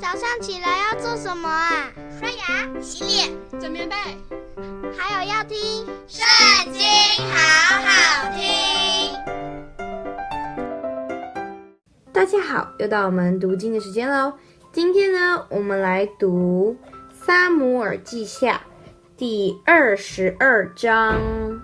早上起来要做什么啊？ 刷牙、洗脸、 整棉被， 还有要听 《圣经》，好好听。 大家好，又到我们读经的时间喽。今天呢，我们来读《撒母耳记下》第22章。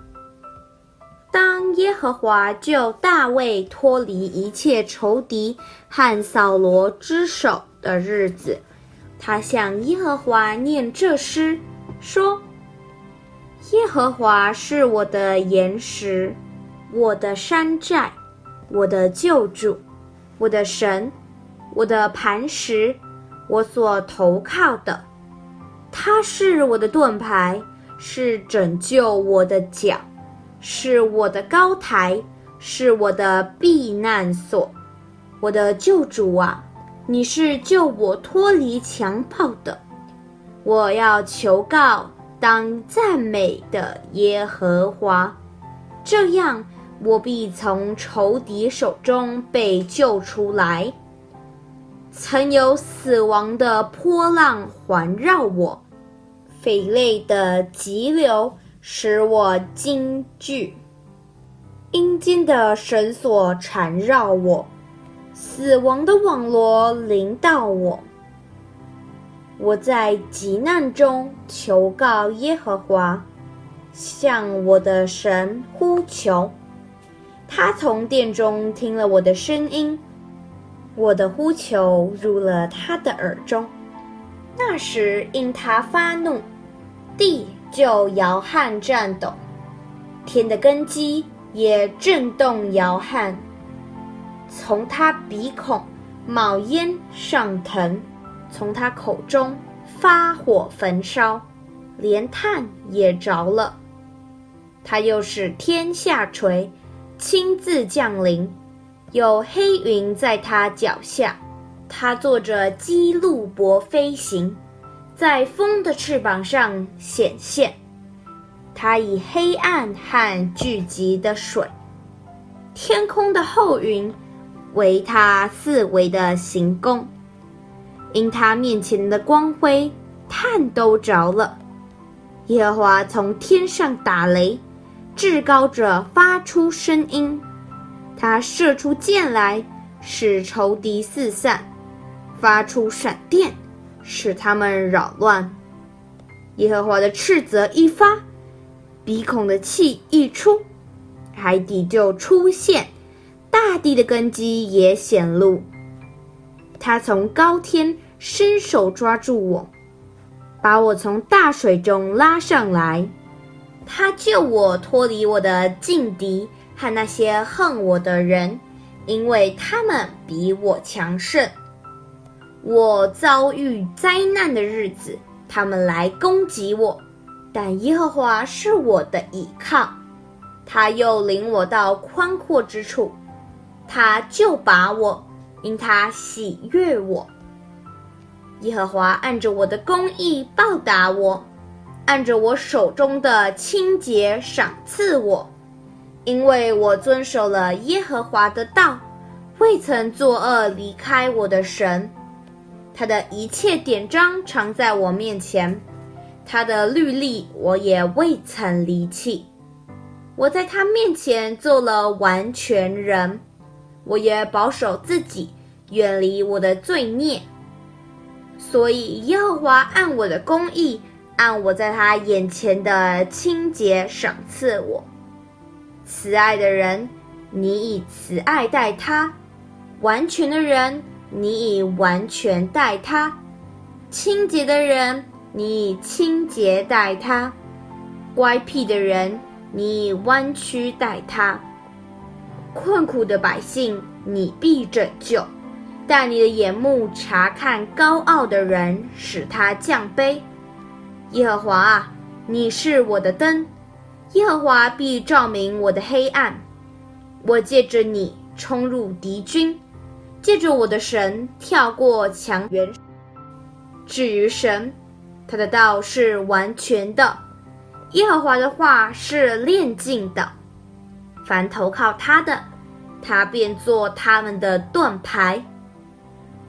当耶和华救大卫脱离一切仇敌和扫罗之手的日子，他向耶和华念这诗，说：耶和华是我的岩石，我的山寨，我的救主，我的神，我的磐石，我所投靠的。他是我的盾牌，是拯救我的脚，是我的高台，是我的避难所。我的救主啊，你是救我脱离强暴的。我要求告当赞美的耶和华，这样我必从仇敌手中被救出来。曾有死亡的波浪环绕我，匪类的急流使我惊惧，阴间的绳索缠绕我，死亡的网罗临到我。我在急难中求告耶和华，向我的神呼求。他从殿中听了我的声音，我的呼求入了他的耳中。那时因他发怒，地就摇撼颤抖，天的根基也震动摇撼。从他鼻孔冒烟上腾，从他口中发火焚烧，连炭也着了。他又使天下垂，亲自降临，有黑云在他脚下。他坐着基路伯飞行，在风的翅膀上显现。他以黑暗和聚集的水，天空的厚云为他四围的行宫。因他面前的光辉，炭都着了。耶和华从天上打雷，至高者发出声音。他射出箭来，使仇敌四散，发出闪电，使他们扰乱。耶和华的斥责一发，鼻孔的气一出，海底就出现，大地的根基也显露。他从高天伸手抓住我，把我从大水中拉上来。他救我脱离我的劲敌和那些恨我的人，因为他们比我强盛。我遭遇灾难的日子，他们来攻击我，但耶和华是我的倚靠。他又领我到宽阔之处，他救拔我，因他喜悦我。耶和华按着我的公义报答我，按着我手中的清洁赏赐我。因为我遵守了耶和华的道，未曾作恶离开我的神。他的一切典章常在我面前，他的律例我也未曾离弃。我在他面前做了完全人，我也保守自己，远离我的罪孽。所以耶和华按我的公义，按我在他眼前的清洁赏赐我。慈爱的人，你以慈爱待他；完全的人，你以完全待他；清洁的人，你以清洁待他；乖僻的人，你以弯曲待他。困苦的百姓，你必拯救，但你的眼目察看高傲的人，使他降卑。耶和华啊，你是我的灯，耶和华必照明我的黑暗。我借着你冲入敌军，借着我的神跳过墙垣。至于神，他的道是完全的，耶和华的话是炼净的。凡投靠他的，他便做他们的盾牌。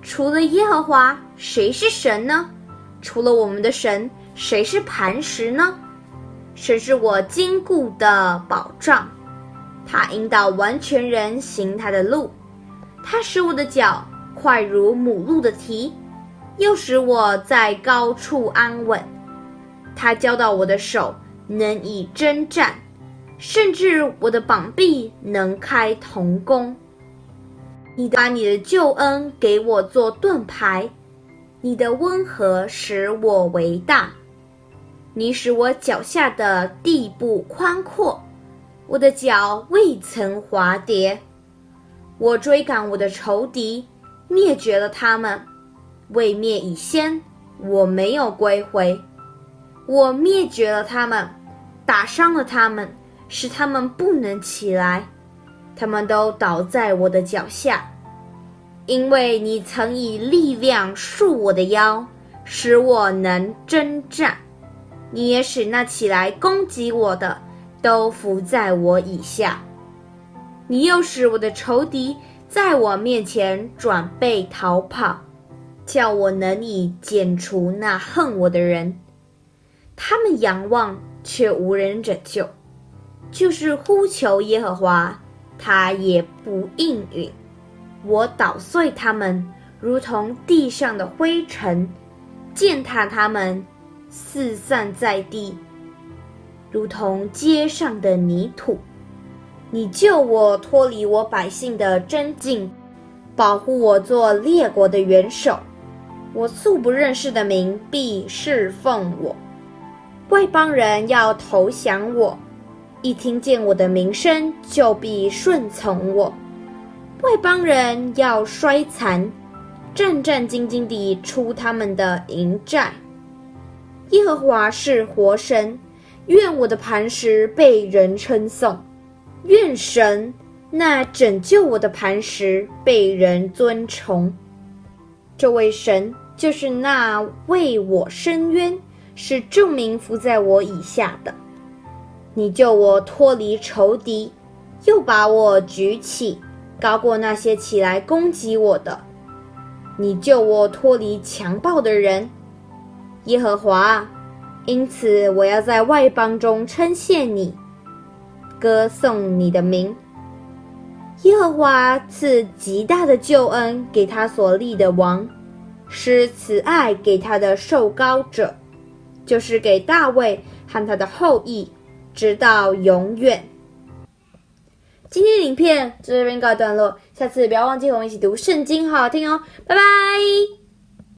除了耶和华，谁是神呢？除了我们的神，谁是磐石呢？神是我坚固的保障，他引导完全人行他的路，他使我的脚快如母鹿的蹄，又使我在高处安稳。他教导我的手能以征战，甚至我的膀臂能开铜弓。你把你的救恩给我做盾牌，你的温和使我为大。你使我脚下的地步宽阔，我的脚未曾滑跌。我追赶我的仇敌，灭绝了他们。未灭以先，我没有归回。我灭绝了他们，打伤了他们，使他们不能起来。他们都倒在我的脚下。因为你曾以力量束我的腰，使我能征战。你也使那起来攻击我的都伏在我以下。你又使我的仇敌在我面前转背逃跑，叫我能以剪除那恨我的人。他们仰望，却无人拯救，就是呼求耶和华，他也不应允。我捣碎他们，如同地上的灰尘，践踏他们，四散在地，如同街上的泥土。你救我脱离我百姓的争竞，保护我做列国的元首。我素不认识的民必侍奉我，外邦人要投降我，一听见我的名声，就必顺从我。外邦人要衰残，战战兢兢地出他们的营寨。耶和华是活神，愿我的磐石被人称颂，愿神那拯救我的磐石被人尊崇。这位神就是那为我伸冤，使众民伏在我以下的。你救我脱离仇敌，又把我举起，高过那些起来攻击我的。你救我脱离强暴的人，耶和华，因此我要在外邦中称谢你，歌颂你的名。耶和华赐极大的救恩给他所立的王，施慈爱给他的受膏者，就是给大卫和他的后裔，直到永远。今天的影片就这边告一段落，下次不要忘记和我们一起读圣经，好好听哦，拜拜。